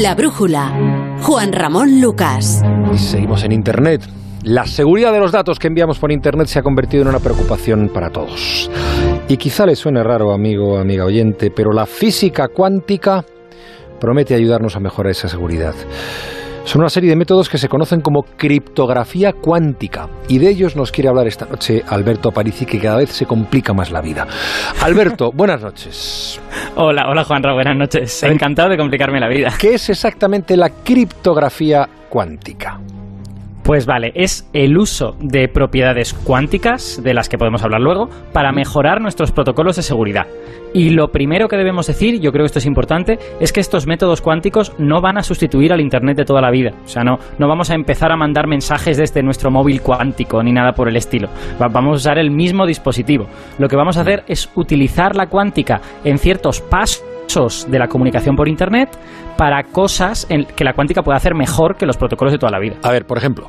La brújula. Juan Ramón Lucas. Y seguimos en Internet. La seguridad de los datos que enviamos por Internet se ha convertido en una preocupación para todos. Y quizá le suene raro, amigo, amiga oyente, pero la física cuántica promete ayudarnos a mejorar esa seguridad. Son una serie de métodos que se conocen como criptografía cuántica, y de ellos nos quiere hablar esta noche Alberto Aparici, que cada vez se complica más la vida. Alberto, buenas noches. Hola Juanra, buenas noches. Encantado de complicarme la vida. ¿Qué es exactamente la criptografía cuántica? Pues vale, es el uso de propiedades cuánticas, de las que podemos hablar luego, para mejorar nuestros protocolos de seguridad. Y lo primero que debemos decir, yo creo que esto es importante, es que estos métodos cuánticos no van a sustituir al Internet de toda la vida. O sea, no vamos a empezar a mandar mensajes desde nuestro móvil cuántico ni nada por el estilo. Vamos a usar el mismo dispositivo. Lo que vamos a hacer es utilizar la cuántica en ciertos pasos de la comunicación por Internet para cosas que la cuántica puede hacer mejor que los protocolos de toda la vida. A ver, por ejemplo,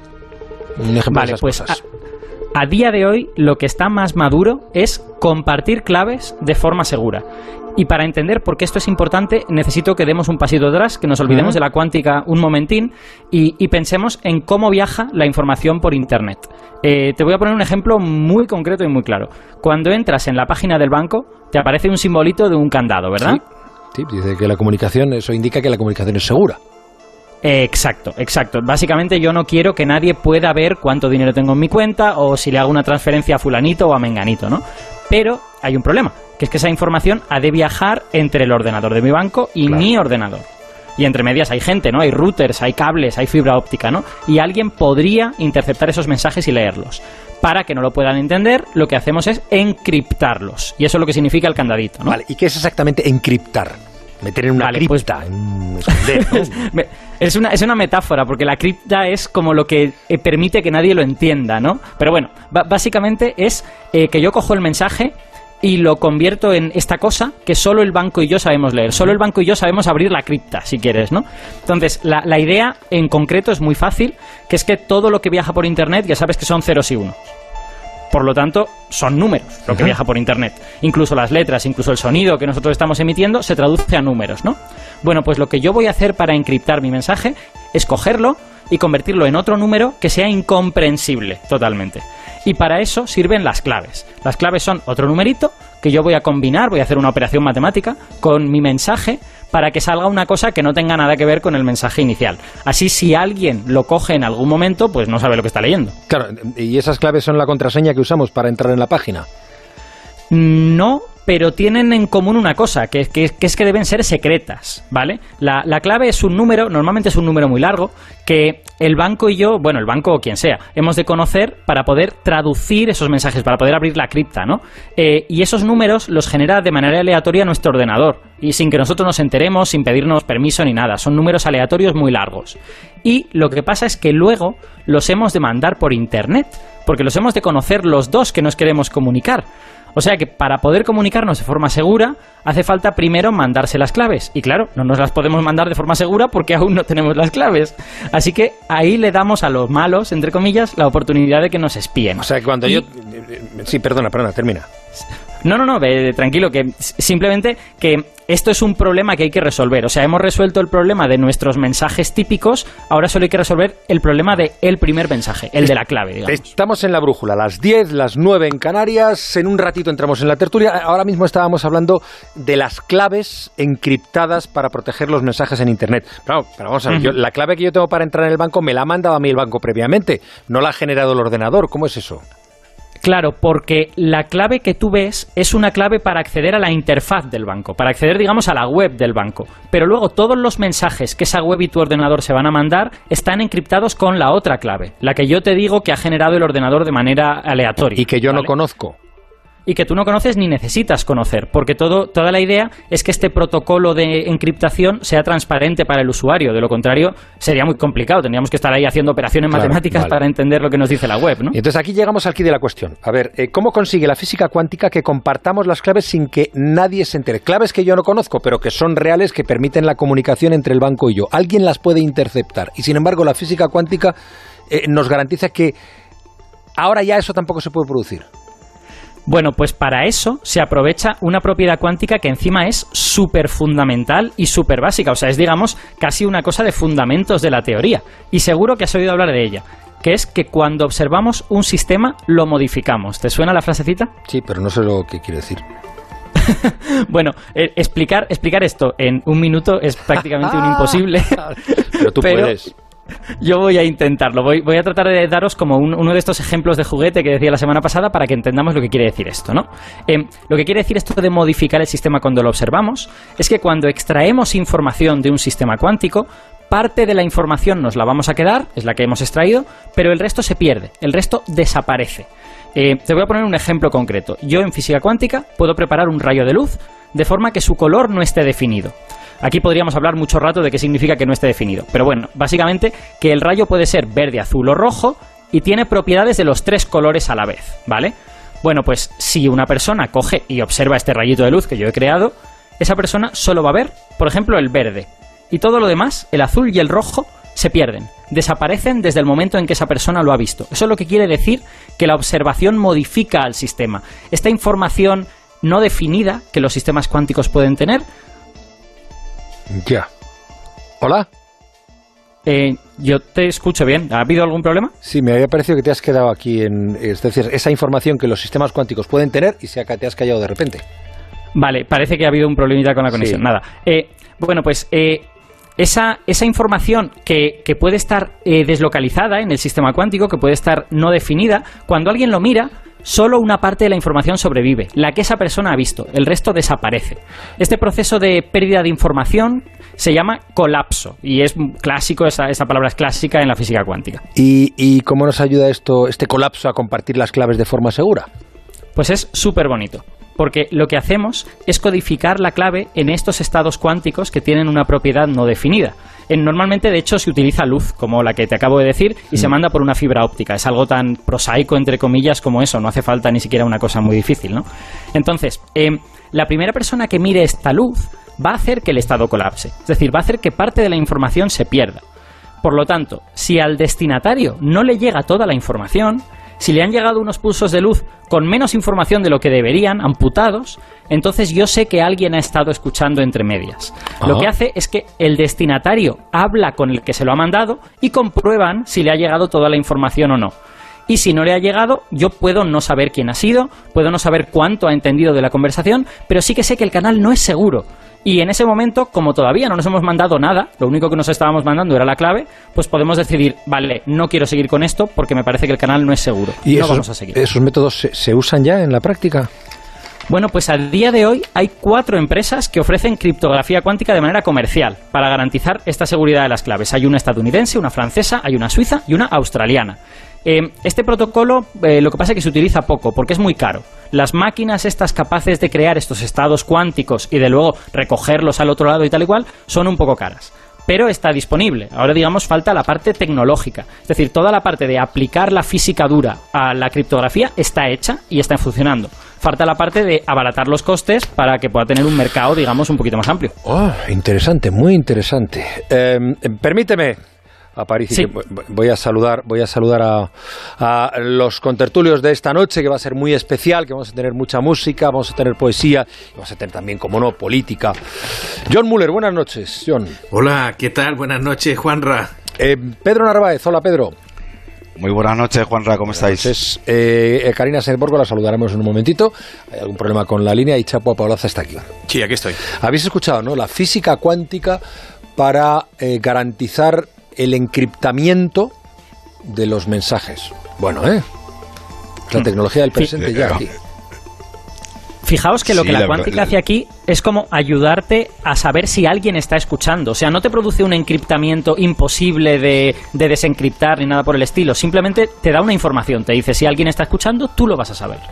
un ejemplo de esas cosas. A día de hoy lo que está más maduro es compartir claves de forma segura. Y para entender por qué esto es importante, necesito que demos un pasito atrás, que nos olvidemos de la cuántica un momentín y pensemos en cómo viaja la información por Internet. Te voy a poner un ejemplo muy concreto y muy claro. Cuando entras en la página del banco, te aparece un simbolito de un candado, ¿verdad? Sí, dice que la comunicación, eso indica que la comunicación es segura. Exacto. Básicamente yo no quiero que nadie pueda ver cuánto dinero tengo en mi cuenta o si le hago una transferencia a fulanito o a menganito, ¿no? Pero hay un problema, que es que esa información ha de viajar entre el ordenador de mi banco y mi ordenador. Y entre medias hay gente, ¿no? Hay routers, hay cables, hay fibra óptica, ¿no? Y alguien podría interceptar esos mensajes y leerlos. Para que no lo puedan entender, lo que hacemos es encriptarlos. Y eso es lo que significa el candadito, ¿no? Vale, ¿y qué es exactamente encriptar? Meter en una cripta, esconder, ¿no? Es una metáfora, porque la cripta es como lo que permite que nadie lo entienda, ¿no? Pero bueno, básicamente es que yo cojo el mensaje y lo convierto en esta cosa que solo el banco y yo sabemos leer. Solo el banco y yo sabemos abrir la cripta, si quieres, ¿no? Entonces, la idea en concreto es muy fácil, que es que todo lo que viaja por Internet ya sabes que son ceros y unos. Por lo tanto, son números lo que viaja por Internet. Incluso las letras, incluso el sonido que nosotros estamos emitiendo se traduce a números, ¿no? Bueno, pues lo que yo voy a hacer para encriptar mi mensaje es cogerlo y convertirlo en otro número que sea incomprensible totalmente. Y para eso sirven las claves. Las claves son otro numerito que yo voy a combinar, voy a hacer una operación matemática con mi mensaje para que salga una cosa que no tenga nada que ver con el mensaje inicial. Así, si alguien lo coge en algún momento, pues no sabe lo que está leyendo. Claro, ¿y esas claves son la contraseña que usamos para entrar en la página? No, pero tienen en común una cosa, que es que deben ser secretas, ¿vale? La clave es un número, normalmente es un número muy largo, que el banco y yo, bueno, el banco o quien sea, hemos de conocer para poder traducir esos mensajes, para poder abrir la cripta, ¿no? Y esos números los genera de manera aleatoria nuestro ordenador, y sin que nosotros nos enteremos, sin pedirnos permiso ni nada. Son números aleatorios muy largos. Y lo que pasa es que luego los hemos de mandar por Internet, porque los hemos de conocer los dos que nos queremos comunicar. O sea que para poder comunicarnos de forma segura, hace falta primero mandarse las claves. Y claro, no nos las podemos mandar de forma segura porque aún no tenemos las claves. Así que ahí le damos a los malos, entre comillas, la oportunidad de que nos espíen. O sea, que cuando Sí, perdona, termina. No, tranquilo, que simplemente que esto es un problema que hay que resolver. O sea, hemos resuelto el problema de nuestros mensajes típicos, ahora solo hay que resolver el problema del primer mensaje, el de la clave, digamos. Estamos en La Brújula, las 10, las 9 en Canarias, en un ratito entramos en la tertulia. Ahora mismo estábamos hablando de las claves encriptadas para proteger los mensajes en Internet. Pero vamos a ver, la clave que yo tengo para entrar en el banco me la ha mandado a mí el banco previamente, no la ha generado el ordenador. ¿Cómo es eso? Claro, porque la clave que tú ves es una clave para acceder a la interfaz del banco, para acceder, digamos, a la web del banco. Pero luego todos los mensajes que esa web y tu ordenador se van a mandar están encriptados con la otra clave, la que yo te digo que ha generado el ordenador de manera aleatoria. Y que yo no conozco. Y que tú no conoces ni necesitas conocer, porque toda la idea es que este protocolo de encriptación sea transparente para el usuario. De lo contrario, sería muy complicado. Tendríamos que estar ahí haciendo operaciones matemáticas para entender lo que nos dice la web, ¿no? Y entonces aquí llegamos al quid de la cuestión. A ver, ¿cómo consigue la física cuántica que compartamos las claves sin que nadie se entere? Claves que yo no conozco, pero que son reales, que permiten la comunicación entre el banco y yo. Alguien las puede interceptar. Y sin embargo, la física cuántica nos garantiza que ahora ya eso tampoco se puede producir. Bueno, pues para eso se aprovecha una propiedad cuántica que encima es súper fundamental y súper básica. O sea, es, digamos, casi una cosa de fundamentos de la teoría. Y seguro que has oído hablar de ella, que es que cuando observamos un sistema, lo modificamos. ¿Te suena la frasecita? Sí, pero no sé lo que quiere decir. Bueno, explicar esto en un minuto es prácticamente un imposible. Pero tú puedes. Yo voy a intentarlo. Voy a tratar de daros como uno de estos ejemplos de juguete que decía la semana pasada para que entendamos lo que quiere decir esto, ¿no? Lo que quiere decir esto de modificar el sistema cuando lo observamos es que cuando extraemos información de un sistema cuántico, parte de la información nos la vamos a quedar, es la que hemos extraído, pero el resto se pierde, el resto desaparece. Te voy a poner un ejemplo concreto. Yo en física cuántica puedo preparar un rayo de luz de forma que su color no esté definido. Aquí podríamos hablar mucho rato de qué significa que no esté definido. Pero bueno, básicamente que el rayo puede ser verde, azul o rojo y tiene propiedades de los 3 colores a la vez, ¿vale? Bueno, pues si una persona coge y observa este rayito de luz que yo he creado, esa persona solo va a ver, por ejemplo, el verde. Y todo lo demás, el azul y el rojo, se pierden, desaparecen desde el momento en que esa persona lo ha visto. Eso es lo que quiere decir que la observación modifica al sistema. Esta información no definida que los sistemas cuánticos pueden tener. Ya. ¿Hola? Yo te escucho bien. ¿Ha habido algún problema? Sí, me había parecido que te has quedado aquí es decir, esa información que los sistemas cuánticos pueden tener y te has callado de repente. Vale, parece que ha habido un problemita con la conexión. Sí. Nada. Bueno, pues esa información que puede estar deslocalizada en el sistema cuántico, que puede estar no definida, cuando alguien lo mira, solo una parte de la información sobrevive, la que esa persona ha visto, el resto desaparece. Este proceso de pérdida de información se llama colapso y es clásico, esa palabra es clásica en la física cuántica. ¿Y cómo nos ayuda este colapso a compartir las claves de forma segura? Pues es súper bonito, porque lo que hacemos es codificar la clave en estos estados cuánticos que tienen una propiedad no definida. Normalmente, de hecho, se utiliza luz, como la que te acabo de decir, y se manda por una fibra óptica. Es algo tan prosaico, entre comillas, como eso. No hace falta ni siquiera una cosa muy difícil, ¿no? Entonces, la primera persona que mire esta luz va a hacer que el estado colapse. Es decir, va a hacer que parte de la información se pierda. Por lo tanto, si al destinatario no le llega toda la información, si le han llegado unos pulsos de luz con menos información de lo que deberían, amputados, entonces yo sé que alguien ha estado escuchando entre medias. Lo que hace es que el destinatario habla con el que se lo ha mandado y comprueban si le ha llegado toda la información o no. Y si no le ha llegado, yo puedo no saber quién ha sido, puedo no saber cuánto ha entendido de la conversación, pero sí que sé que el canal no es seguro. Y en ese momento, como todavía no nos hemos mandado nada, lo único que nos estábamos mandando era la clave, pues podemos decidir, vale, no quiero seguir con esto porque me parece que el canal no es seguro. ¿Y no vamos a seguir. ¿Esos métodos se usan ya en la práctica? Bueno, pues al día de hoy hay 4 empresas que ofrecen criptografía cuántica de manera comercial para garantizar esta seguridad de las claves. Hay una estadounidense, una francesa, hay una suiza y una australiana. Este protocolo lo que pasa es que se utiliza poco porque es muy caro. Las máquinas estas capaces de crear estos estados cuánticos y de luego recogerlos al otro lado y tal y cual son un poco caras. Pero está disponible. Ahora, digamos, falta la parte tecnológica. Es decir, toda la parte de aplicar la física dura a la criptografía está hecha y está funcionando. Falta la parte de abaratar los costes para que pueda tener un mercado, digamos, un poquito más amplio. Oh, interesante, muy interesante. Permíteme, Aparici, Sí. voy a saludar a los contertulios de esta noche, que va a ser muy especial, que vamos a tener mucha música, vamos a tener poesía, y vamos a tener también, como no, política. John Muller, buenas noches, John. Hola, ¿qué tal? Buenas noches, Juanra. Pedro Narváez, hola Pedro. Muy buenas noches, Juanra, ¿cómo estáis? Entonces, Karina Sennborgo la saludaremos en un momentito. Hay algún problema con la línea y Chapo Paolaza está aquí. Sí, aquí estoy. Habéis escuchado, ¿no? La física cuántica para garantizar el encriptamiento de los mensajes. Bueno, la tecnología del presente ya aquí. Fijaos que lo Sí, que la cuántica hace aquí es como ayudarte a saber si alguien está escuchando. O sea, no te produce un encriptamiento imposible de desencriptar ni nada por el estilo. Simplemente te da una información. Te dice si alguien está escuchando, tú lo vas a saber.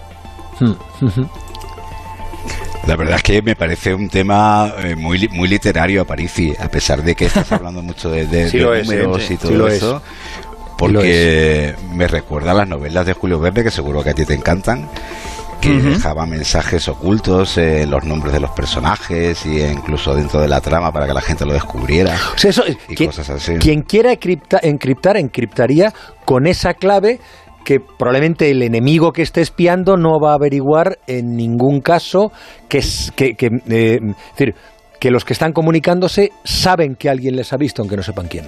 La verdad es que me parece un tema muy literario, Aparici, a pesar de que estás hablando mucho de Sí lo es, números sí, y todo sí lo eso, es. porque me recuerda a las novelas de Julio Verne, que seguro que a ti te encantan, que dejaba mensajes ocultos, los nombres de los personajes e incluso dentro de la trama para que la gente lo descubriera. O sea, eso, y cosas así. Quien quiera encriptaría con esa clave que probablemente el enemigo que esté espiando no va a averiguar en ningún caso es decir, que los que están comunicándose saben que alguien les ha visto, aunque no sepan quién.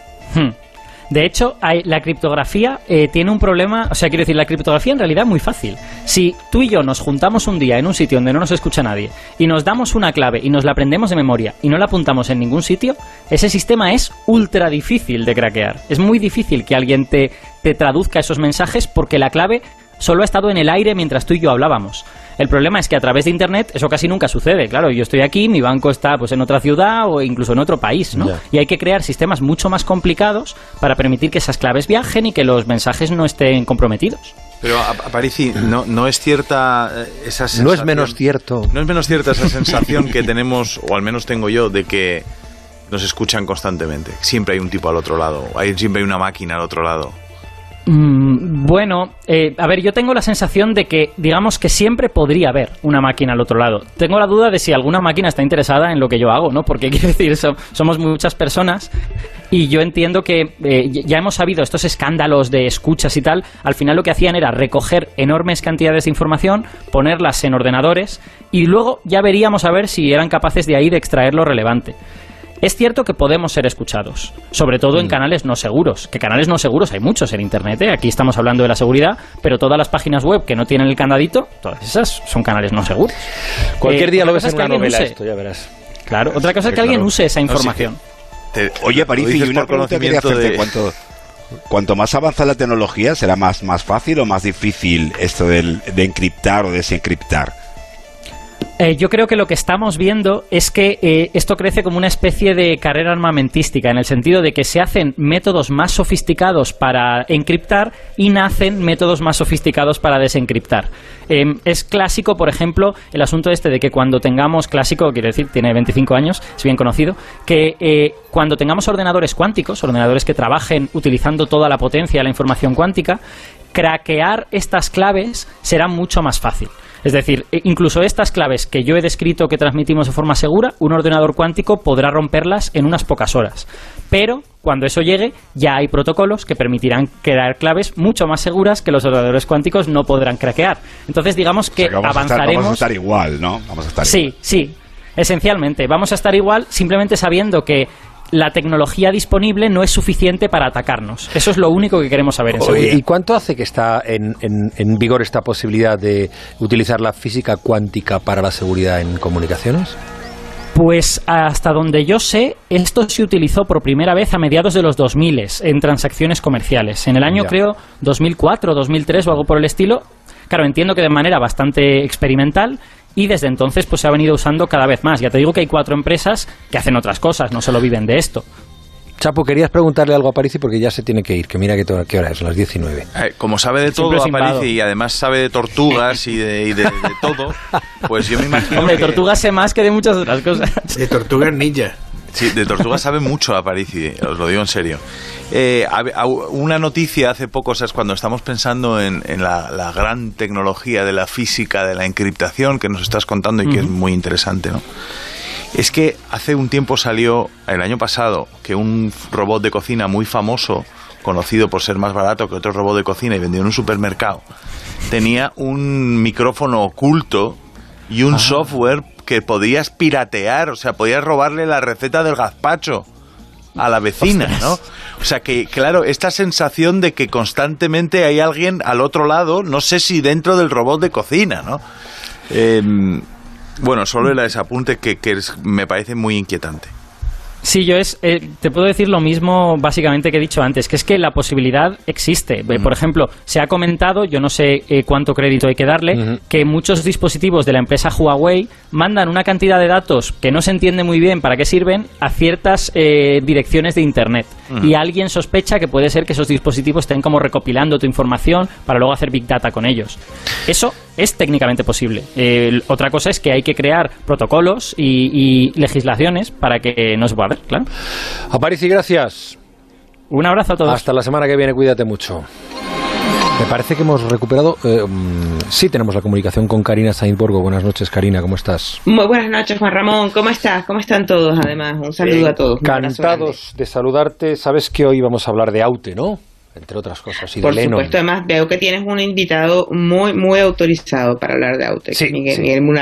De hecho, la criptografía tiene un problema, o sea, quiero decir, la criptografía en realidad es muy fácil. Si tú y yo nos juntamos un día en un sitio donde no nos escucha nadie y nos damos una clave y nos la aprendemos de memoria y no la apuntamos en ningún sitio, ese sistema es ultra difícil de craquear. Es muy difícil que alguien te traduzca esos mensajes porque la clave solo ha estado en el aire mientras tú y yo hablábamos. El problema es que a través de Internet eso casi nunca sucede. Claro, yo estoy aquí, mi banco está pues en otra ciudad o incluso en otro país, ¿no? Yeah. Y hay que crear sistemas mucho más complicados para permitir que esas claves viajen y que los mensajes no estén comprometidos. Pero, Aparici, no es cierta esa sensación... No es menos cierto. No es menos cierta esa sensación que tenemos, o al menos tengo yo, de que nos escuchan constantemente. Siempre hay un tipo al otro lado, siempre hay una máquina al otro lado. Bueno, a ver, yo tengo la sensación de que, digamos que siempre podría haber una máquina al otro lado. Tengo la duda de si alguna máquina está interesada en lo que yo hago, ¿no? Porque quiero decir, somos muchas personas y yo entiendo que ya hemos sabido estos escándalos de escuchas y tal. Al final lo que hacían era recoger enormes cantidades de información, ponerlas en ordenadores y luego ya veríamos a ver si eran capaces de ahí de extraer lo relevante. Es cierto que podemos ser escuchados, sobre todo en canales no seguros, que canales no seguros hay muchos en Internet, ¿eh? Aquí estamos hablando de la seguridad, pero todas las páginas web que no tienen el candadito, todas esas son canales no seguros. Cualquier día lo ves en una novela esto, ya verás. Claro, otra cosa es que alguien use esa información. Oye, Aparici, una pregunta quería hacerte, ¿cuanto más avanza la tecnología, será más fácil o más difícil esto de encriptar o desencriptar? Yo creo que lo que estamos viendo es que esto crece como una especie de carrera armamentística, en el sentido de que se hacen métodos más sofisticados para encriptar y nacen métodos más sofisticados para desencriptar. Es clásico, por ejemplo, el asunto este de que cuando tengamos, clásico, quiero decir, tiene 25 años, es bien conocido, que cuando tengamos ordenadores cuánticos, ordenadores que trabajen utilizando toda la potencia de la información cuántica, craquear estas claves será mucho más fácil. Es decir, incluso estas claves que yo he descrito que transmitimos de forma segura, un ordenador cuántico podrá romperlas en unas pocas horas. Pero cuando eso llegue, ya hay protocolos que permitirán crear claves mucho más seguras que los ordenadores cuánticos no podrán craquear. Entonces, digamos que avanzaremos... Vamos a estar igual, ¿no? Sí, esencialmente. Vamos a estar igual simplemente sabiendo que la tecnología disponible no es suficiente para atacarnos. Eso es lo único que queremos saber en seguridad. ¿Y cuánto hace que está en vigor esta posibilidad de utilizar la física cuántica para la seguridad en comunicaciones? Pues hasta donde yo sé, esto se utilizó por primera vez a mediados de los 2000 en transacciones comerciales. En el año, creo, 2004, 2003 o algo por el estilo. Claro, entiendo que de manera bastante experimental. Y desde entonces pues se ha venido usando cada vez más. Ya te digo que hay 4 empresas que hacen otras cosas, no solo viven de esto. Chapo, querías preguntarle algo a Aparici porque ya se tiene que ir, que mira qué hora es, las 19. Como sabe de todo Aparici y además sabe de tortugas y de todo, pues yo me imagino Hombre, de tortugas sé más que de muchas otras cosas. De tortugas ninja. Sí, de tortugas sabe mucho Aparici, os lo digo en serio. Una noticia hace poco, o sea, es cuando estamos pensando en la gran tecnología de la física, de la encriptación que nos estás contando y que es muy interesante, ¿no? Es que hace un tiempo salió, el año pasado, que un robot de cocina muy famoso, conocido por ser más barato que otro robot de cocina y vendido en un supermercado, tenía un micrófono oculto y un software que podías piratear, o sea, podías robarle la receta del gazpacho a la vecina, ¿no? O sea que, claro, esta sensación de que constantemente hay alguien al otro lado, no sé si dentro del robot de cocina, ¿no? Bueno, solo el desapunte que me parece muy inquietante. Sí, te puedo decir lo mismo básicamente que he dicho antes, que es que la posibilidad existe. Por ejemplo, se ha comentado, yo no sé cuánto crédito hay que darle, que muchos dispositivos de la empresa Huawei mandan una cantidad de datos que no se entiende muy bien para qué sirven a ciertas direcciones de Internet. Y alguien sospecha que puede ser que esos dispositivos estén como recopilando tu información para luego hacer Big Data con ellos. Eso es técnicamente posible. Otra cosa es que hay que crear protocolos y legislaciones para que no se pueda ver, claro. Aparici, gracias. Un abrazo a todos. Hasta la semana que viene, cuídate mucho. Me parece que hemos recuperado... sí, tenemos la comunicación con Karina Sainz-Borgo. Buenas noches, Karina, ¿cómo estás? Muy buenas noches, Juan Ramón. ¿Cómo estás? ¿Cómo están todos, además? Un saludo a todos. Encantados de saludarte. Sabes que hoy vamos a hablar de Aute, ¿no? entre otras cosas, y Por de Lennon. supuesto, además veo que tienes un invitado muy autorizado para hablar de Autec, Sí, Miguel Munarriz.